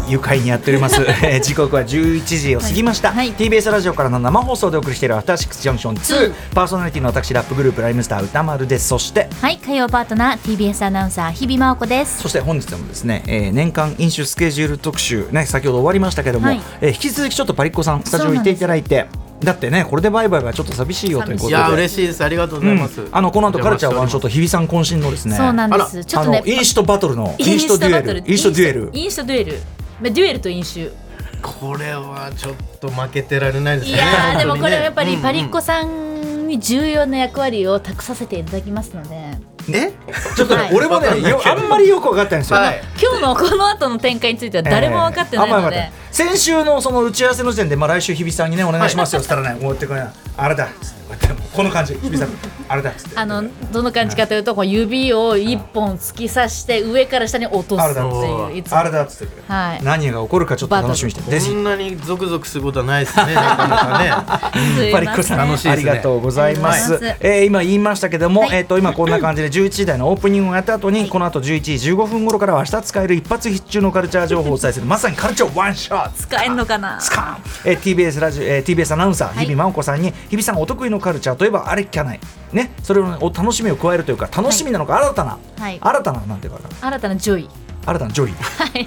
愉快にやっております時刻は11時を過ぎました、はい、TBS ラジオからの生放送でお送りしているアフターシックスジャンクション2、パーソナリティの私ラップグループライムスター歌丸です。そしてはい、火曜パートナー TBS アナウンサー日比真央子です。 そして本日もですね、年間飲酒スケジュール特集ね、先ほど終わりましたけども、はい、引き続きちょっとパリッコさんスタジオにいていただいて、だってねこれでバイバイはちょっと寂しいよということで、 いや嬉しいです、ありがとうございます、 この後カルチャーワンショット日比さん渾身のですね、 そうなんです、ちょっとね飲酒とバトルの飲酒とデュエル、 デュエルと飲酒、 これはちょっと負けてられないですね。 いやでもこれはやっぱりパリッコさんに重要な役割を託させていただきますので、 ちょっとね、はい、俺もねあんまりよく分かってないんですよ、はい、 今日のこの後の展開については誰も分かってないので、 先週のその打ち合わせの時点で、来週日比さんにねお願いしますよって言ったらね、もうってこれあれだこの感じ、日比さんあれだっつってどの感じかというと、こう指を一本突き刺して上から下に落とすっていう、いつもあれだっつって、はい、 何が起こるかちょっと楽しみにして、 こんなにゾクゾクすることはないですねなかなかねパリッコさん楽しいですね、ありがとうございます、今言いましたけども、はい、今こんな感じで11時台のオープニングをやった後に、この後11時15分頃からは明日使える一発必中のカルチャー情報をお伝えするまさにカルチャーワンショット、 使えんのかな、 TBS ラジオ、TBS アナウンサー日比真央子さんに、日比さんお得意のカルチャーといえばあれっきゃないね、それを楽しみを加えるというか、楽しみなのか、新たななんていうかな、 新たなジョイ、 新たな競技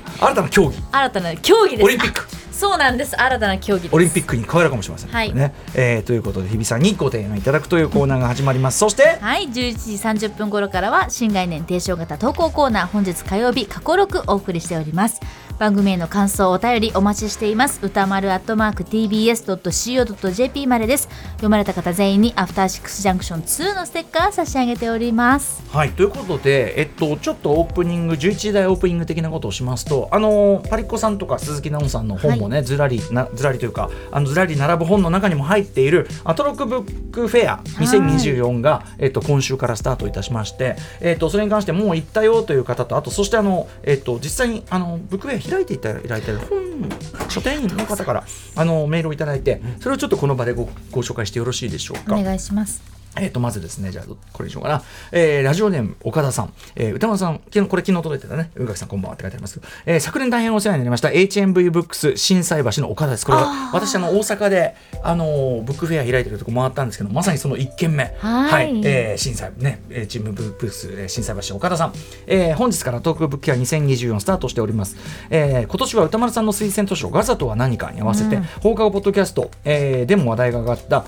です、オリンピック、 そうなんです、新たな競技です、 オリンピックに変わるかもしれません、はい、ね、ということで日比さんにご提案いただくというコーナーが始まります。そしてはい、11時30分頃からは新概念提唱型投稿コーナー、本日火曜日過去6お送りしております。番組への感想お便りお待ちしています。歌丸@tbs.co.jp までです。読まれた方全員にアフターシックスジャンクション2のステッカー差し上げております。 はい、ということで、ちょっとオープニング11時台オープニング的なことをしますと、パリッコさんとか鈴木奈緒さんの本もね、はい、ずらりというかずらり並ぶ本の中にも入っているアトロックブックフェア2024が、今週からスタートいたしまして、それに関してもう行ったよという方と、あとそして実際にブックフェア開いていただいている書店員の方からメールをいただいて、それをちょっとこの場でご紹介してよろしいでしょうか。 お願いします。 まずですね、じゃあこれにしようかな、ラジオネーム岡田さん、歌丸さん、昨日届いてたね、宇垣さんこんばんはって書いてあります。昨年大変お世話になりました HMV ブックス心斎橋の岡田です。これは私大阪でブックフェア開いてるとこ回ったんですけど、まさにその1軒目、はい、心斎ね、HMV ブックス心斎橋岡田さん、本日からトークブックフェア2024スタートしております。今年は歌丸さんの推薦図書ガザとは何かに合わせて、放課後ポッドキャスト、でも話題が上がった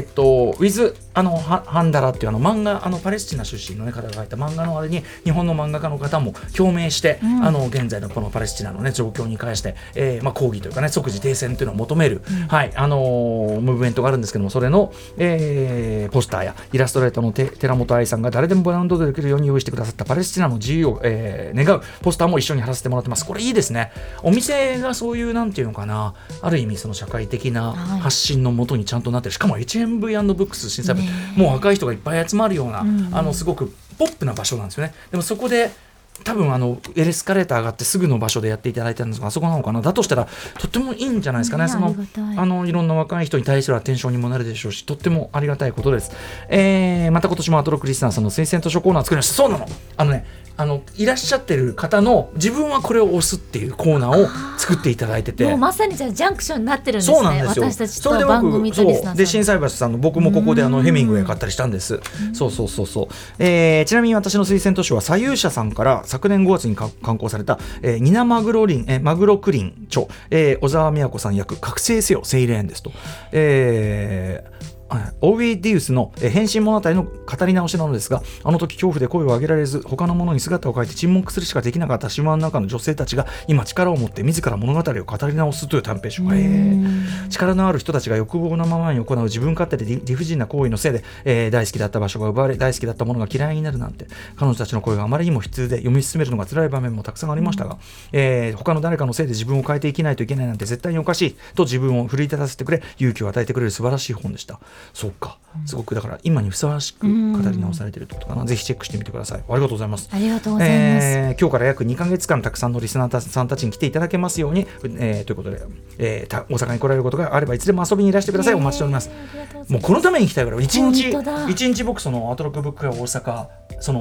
withハンダラっていう漫画、パレスチナ出身の、方が書いた漫画のあれに日本の漫画家の方も共鳴して、現在のこのパレスチナの、状況に関して、抗議というかね、即時停戦というのを求める、はい、ムーブメントがあるんですけども、それの、ポスターやイラストレーターの寺本愛さんが誰でもダウンロードできるように用意してくださったパレスチナの自由を、願うポスターも一緒に貼らせてもらってます。これいいですね。お店がそういうなんていうのかな、ある意味その社会的な発信のもとにちゃんとなってる、しかも HMV& ブックス審査部、もう若い人がいっぱい集まるような、すごくポップな場所なんですよね。でもそこで多分エスカレーター上がってすぐの場所でやっていただいたんですが、あそこなのかな。だとしたらとってもいいんじゃないですかね。そのいろんな若い人に対するアテンションにもなるでしょうし、とってもありがたいことです。また今年もアトロックリスナーさんの推薦図書コーナー作りました。そうなの、いらっしゃってる方の自分はこれを押すっていうコーナーを作っていただいてて、 もうまさにじゃあジャンクションになってるんですね。 そうなんですよ。 私たちと番組とリスナーさんで、 心斎橋さんの僕もここでヘミングウェイ買ったりしたんです。そう、ちなみに私の推薦図書は左右者さんから昨年5月に刊行された、ニナマグロクリン著、小沢美和子さん役覚醒せよセイレーンですと、オービディウスの変身物語の語り直しなのですが、あの時恐怖で声を上げられず他の者に姿を変えて沈黙するしかできなかった島の中の女性たちが今力を持って自ら物語を語り直すという短編集。力のある人たちが欲望のままに行う自分勝手で理不尽な行為のせいで、大好きだった場所が奪われ、大好きだったものが嫌いになるなんて、彼女たちの声があまりにも悲痛で読み進めるのが辛い場面もたくさんありましたが、他の誰かのせいで自分を変えていけないといけないなんて絶対におかしいと自分を奮い立たせてくれ、勇気を与えてくれる素晴らしい本でした。そうか、すごくだから今にふさわしく語り直されているってことかな。ぜひチェックしてみてください。ありがとうございます。 ありがとうございます。 今日から約2ヶ月間たくさんのリスナーさんたちに来ていただけますように、ということで、大阪に来られることがあればいつでも遊びにいらしてください。お待ちしております。もうこのために行きたいから、1日僕そのアトロックブックや大阪その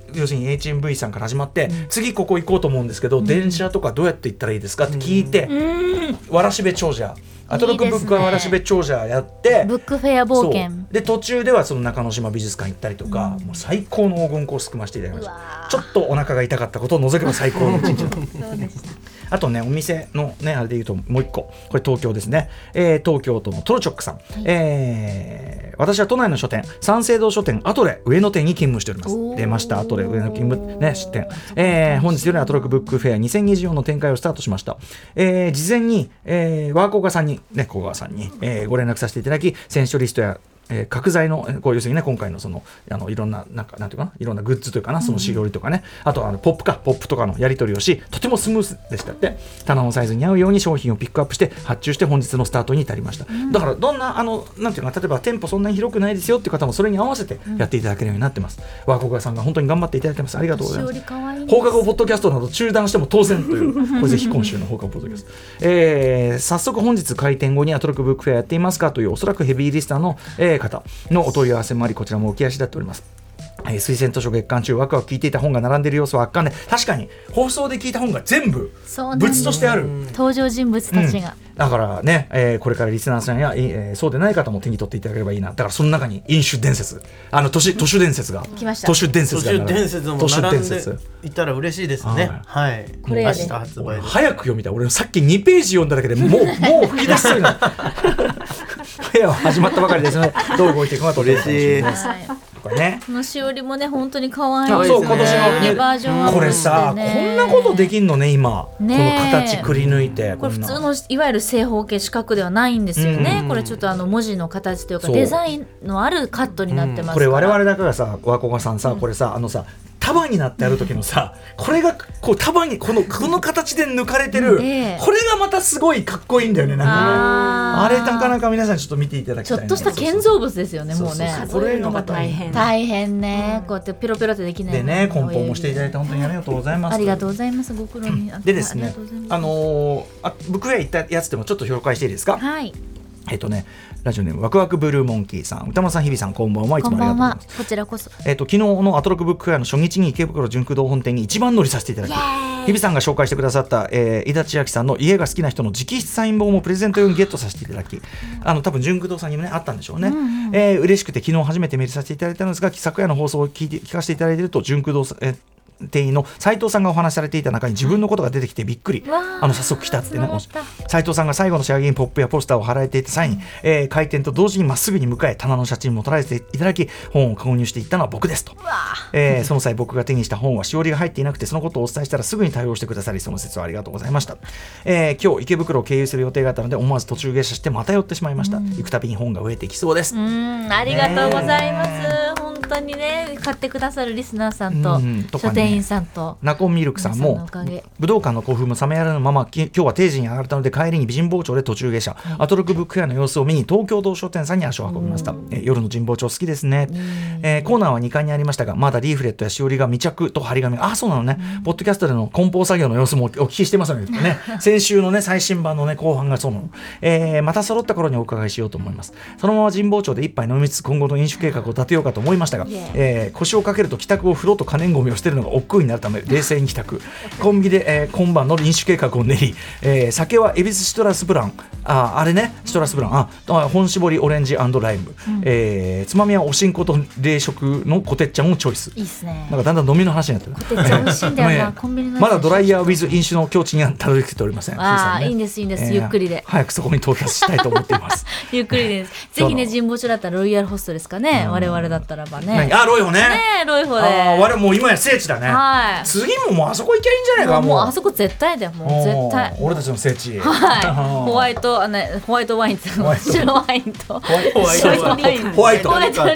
要するに HMV さんから始まって、次ここ行こうと思うんですけど、電車とかどうやって行ったらいいですかって聞いて、わらしべ長者アトロクブックはわらしべ長者やってブックフェア冒険で途中ではその中之島美術館行ったりとか、もう最高の黄金コース組ませていただきました。ちょっとお腹が痛かったことを除けば最高の一日だあとね、お店のねあれで言うともう一個、これ東京ですね、東京都のトロチョックさん、私は都内の書店三省堂書店アトレ上野店に勤務しております。出ました、アトレ上野勤務、ね、出店、本日よりアトロクブックフェア2024の展開をスタートしました。事前に、ワーコガさんに、ね、小川さんに、ご連絡させていただき、選書リストや角材のこう要するにね今回のそのいろんななんていうかないろんなグッズというかな、そのしおりとかね、あとポップとかのやり取りをし、とてもスムーズでしたって。棚のサイズに合うように商品をピックアップして発注して本日のスタートに至りました。だからどんななんていうか、例えば店舗そんなに広くないですよっていう方もそれに合わせてやっていただけるようになってます。ワーコガさんが本当に頑張っていただいてます。ありがとうございます。放課後ポッドキャストなど中断しても当然というこれぜひ今週の放課後ポッドキャスト、早速本日開店後にアトロクブックフェアやっていますかというおそらくヘビーリスターの、方のお問い合わせもあり、こちらも浮き足立っております。推薦図書月間中ワクワク聞いていた本が並んでいる様子は圧巻で、確かに放送で聞いた本が全部物としてある登場人物たちが、 だからね、これからリスナーさんや、そうでない方も手に取っていただければいいな。だからその中に飲酒伝説都市伝説が来ました。 都市伝説がも並んでいたら嬉しいですね。はい、 これやで明日発売です。 早く読みたい。俺さっき2ページ読んだだけでもう吹き出しそうになったフェアは始まったばかりですので、どう動いていくかと嬉しいですこれね、 このしおりもね本当に可愛いですね。そう、今年のねバージョンアップしてね。 これさ、こんなことできんのね今、 ね、 この形くり抜いて、 これ普通のいわゆる正方形四角ではないんですよね。これちょっと文字の形というかデザインのあるカットになってますから、 これ我々だからさ、ワコガさんさ、これささ束になってある時のさ、これがこう束にこの形で抜かれてる、これがまたすごいかっこいいんだよね。なんかね、あれなかなか皆さんちょっと見ていただきたい、 ちょっとした建造物ですよね。もうねこれのが大変ね、こうやってペロペロってできないでね、梱包もしていただいて本当にありがとうございます。 ありがとうございます。ご苦労にでですね、ブックフェア行ったやつでもちょっと紹介していいですか。 はい。 ラジオネームワクワクブルーモンキーさん、歌間さん、日比さん、こんばんは。いつもありがとうございます。 こちらこそ。 昨日のアトロクブックフェアの初日に池袋純駆堂本店に一番乗りさせていただき、日比さんが紹介してくださった、井田千秋さんの家が好きな人の直筆サイン本もプレゼント用にゲットさせていただき、多分純駆堂さんにもねあったんでしょうね。嬉しくて昨日初めてメールさせていただいたのですが、昨夜の放送を聞かせていただいていると純駆堂店員の斉藤さんがお話しされていた中に自分のことが出てきてびっくり、早速来たってね。斉藤さんが最後の仕上げにポップやポスターを貼られていた際に、開店と同時にまっすぐに向かい棚の写真も撮られていただき、本を購入していったのは僕ですと。その際僕が手にした本はしおりが入っていなくて、そのことをお伝えしたらすぐに対応してくださり、その説はありがとうございました。今日池袋を経由する予定があったので思わず途中下車してまた寄ってしまいました。行くたびに本が増えていきそうです。 ありがとうございます。本当にね、買ってくださるリスナーさんと書店員さんとナコンミルクさんも武道館の興奮も冷めやらぬまま今日は定時に上がったので帰りに美人包丁で途中下車、アトロクブックフェアの様子を見に東京堂書店さんに足を運びました。夜の神保町好きですね。コーナーは2階にありましたが、まだリーフレットやしおりが未着と張り紙、そうなのね、ポッドキャストでの梱包作業の様子もお聞きしてますのでね先週のね最新版のね後半がそうなの、また揃った頃にお伺いしようと思います。そのまま神保町で一杯飲みつつ今後の飲酒計画を立てようかと思いましたが、腰をかけると帰宅を風呂と可燃ごみを捨てるのが億劫になるため冷静に帰宅。コンビで、今晩の飲酒計画を練り、酒は恵比寿シトラスブラン、あれね、シトラスブラン、本搾りオレンジ&ライム、つまみはおしんこと冷食のコテッチャンをチョイス。 いいっすね。 なんかだんだん飲みの話になってる。 コテッチャン美味しいんだよな。コンビニのまだドライヤーウィズ飲酒の境地にはたどり着いておりません。 いいんです、いいんです、ゆっくりで早くそこに到達したいと思っていますゆっくりです。ぜひね、神保町だったらロイヤルホストですかね。我々だったらばね。 ロイホね。 ロイホで。 我々もう今や聖地だね。次もうあそこ行けばいいんじゃないか。 もうあそこ絶対だよ。もう絶対。 俺たちの聖地。 ホワイトワインと白ワインとホワイト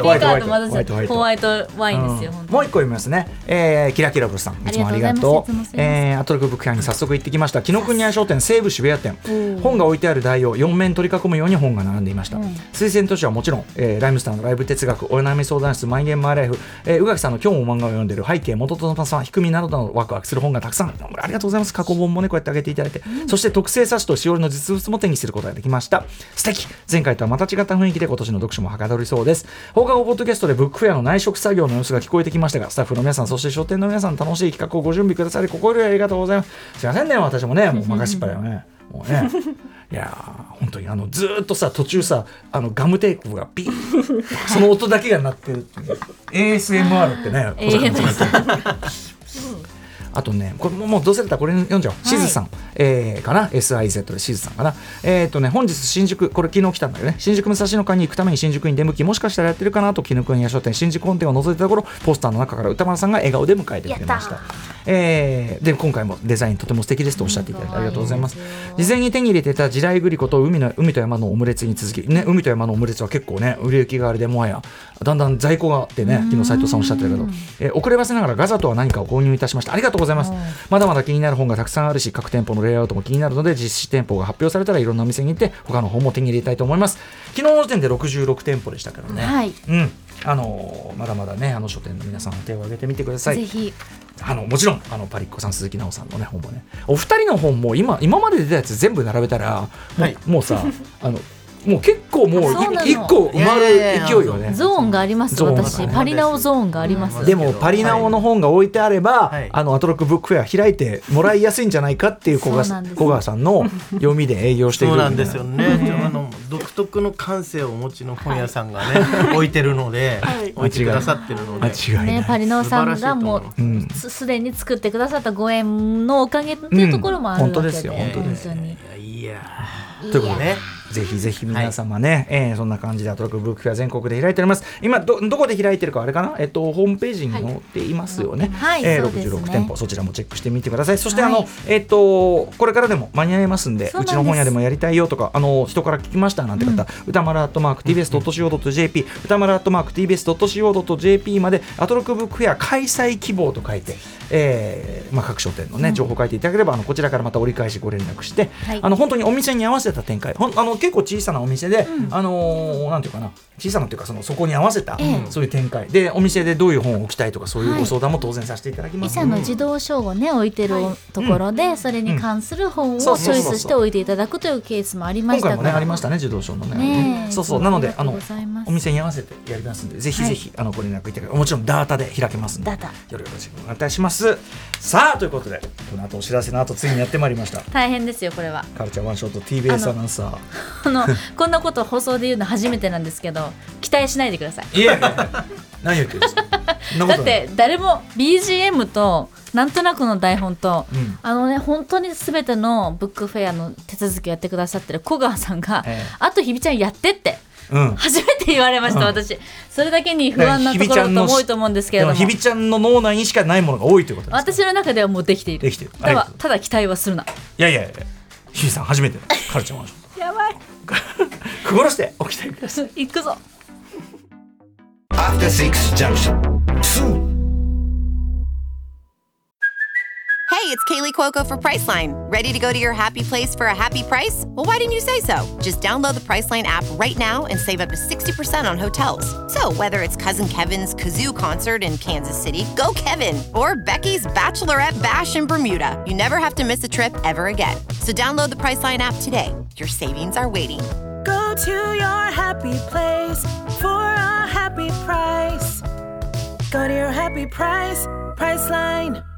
ワインですよ。 もう一個読みますね。キラキラブルさん、いつもありがとう。アトロクブックフェアに早速行ってきました。紀ノ国屋商店西武渋谷店、本が置いてある台を4面取り囲むように本が並んでいました。推薦図書はもちろん、ライムスターのライブ哲学、お悩み相談室、マイマイゲームマイライフ、宇垣さんの今日も漫画を読んでる背景元とさん、ひくみなどのワクワクする本がたくさんありがとうございます。過去本もねこうやってあげていただいて、そして特製冊子としおりの実物も手にすることができました。素敵。前回とはまた違った雰囲気で今年の読書もはかどりそうです。放課後ポッドキャストでブックフェアの内職作業の様子が聞こえてきましたが、スタッフの皆さんそして書店の皆さん、楽しい企画をご準備くださり心よりありがとうございます。すいませんね、私もねもう任しっぱりよねもうねいや本当にずーっとさ途中さガムテープがピーその音だけが鳴ってるっていう ASMR ってねあとね、これもうどうせだったらこれ読んじゃおう。しずさん、かな SIZ でしずさんかな。本日新宿、これ昨日来たんだよね。新宿武蔵野間に行くために新宿に出向き、もしかしたらやってるかなと紀伊国屋書店新宿本店を覗いたところ、ポスターの中から歌丸さんが笑顔で迎えてくれました。で今回もデザインとても素敵ですとおっしゃっていただいてありがとうございます。事前に手に入れてた地雷グリコと海と山のオムレツに続き、ね、海と山のオムレツは結構ね売れ行きがあれでもはやだんだん在庫があってね、昨日斉藤さんおっしゃってたけど、遅ればせながらガザとは何かを購入いたしました。ありがとうございます。まだまだ気になる本がたくさんあるし、各店舗のレイアウトも気になるので、実施店舗が発表されたらいろんなお店に行って他の本も手に入れたいと思います。昨日の時点で66店舗でしたからね、 はい、 まだまだね書店の皆さん手を挙げてみてください。 ぜひもちろんパリッコさん鈴木奈緒さんのね本もね、お二人の本も今まで出たやつ全部並べたらもうさもう結構もう一個埋まる勢いよね。 ゾーンがあります。私パリナオゾーンがあります。 でもパリナオの本が置いてあれば、アトロックブックフェア開いてもらいやすいんじゃないかっていう小川さんの読みで営業している。 そうなんですよね。独特の感性をお持ちの本屋さんがね、置いてるので、置いてくださってるので、 ね、パリナオさんがもうすでに作ってくださったご縁のおかげっていうところもあるわけで、 本当ですよ本当です。 いやということでね、ぜひぜひ皆様ね、そんな感じでアトロックブックフェア全国で開いております。今 どこで開いてるかあれかな、ホームページに載っていますよね。66店舗、そちらもチェックしてみてください。そしてこれからでも間に合いますんで、うちの本屋でもやりたいよとか人から聞きましたなんて方、歌丸@tbs.co.jp 歌丸@tbs.co.jp までアトロックブックフェア開催希望と書いて、各書店のね情報を書いていただければこちらからまた折り返しご連絡して、本当にお店に合わせた展開、結構小さなお店で、なんていうかな、小さなというかそこに合わせた、そういう展開でお店でどういう本を置きたいとかそういうご相談も当然させていただきます。 自社の自動書をね置いてるところで、それに関する本をチョイスして置いていただくというケースもありましたから。 今回もねありましたね、自動書のね。そうなのでお店に合わせてやりますので、ぜひぜひご連絡いただければ、もちろんダータで開けますのでよろしくお願いいたします。さあということで、この後お知らせの後ついにやってまいりました。 大変ですよこれは。 カルチャーワンショット TBS アナウンサーこんなこと放送で言うの初めてなんですけど、期待しないでください。 いや何言ってるんですかだって誰も BGM となんとなくの台本と、本当に全てのブックフェアの手続きをやってくださってる小川さんが、あとひびちゃんやってって初めて言われました。私それだけに不安なところと多いと思うんですけれども、 ひびちゃんの脳内にしかないものが多いということです。 私の中ではもうできている。ただ期待はするな。 いやひびさん初めてカルチャーワンショットやばい心しておきたいください。 行くぞ。 After Six Junction. Hey, it's Kaylee Cuoco for Priceline. Ready to go to your happy place for a happy price? Well, why didn't you say so? Just download the Priceline app right now and save up to 60% on hotels. So whether it's Cousin Kevin's Kazoo Concert in Kansas City, go Kevin, or Becky's Bachelorette Bash in Bermuda, you never have to miss a trip ever again. So download the Priceline app today. Your savings are waiting. Go to your happy place for a happy price. Go to your happy price, Priceline.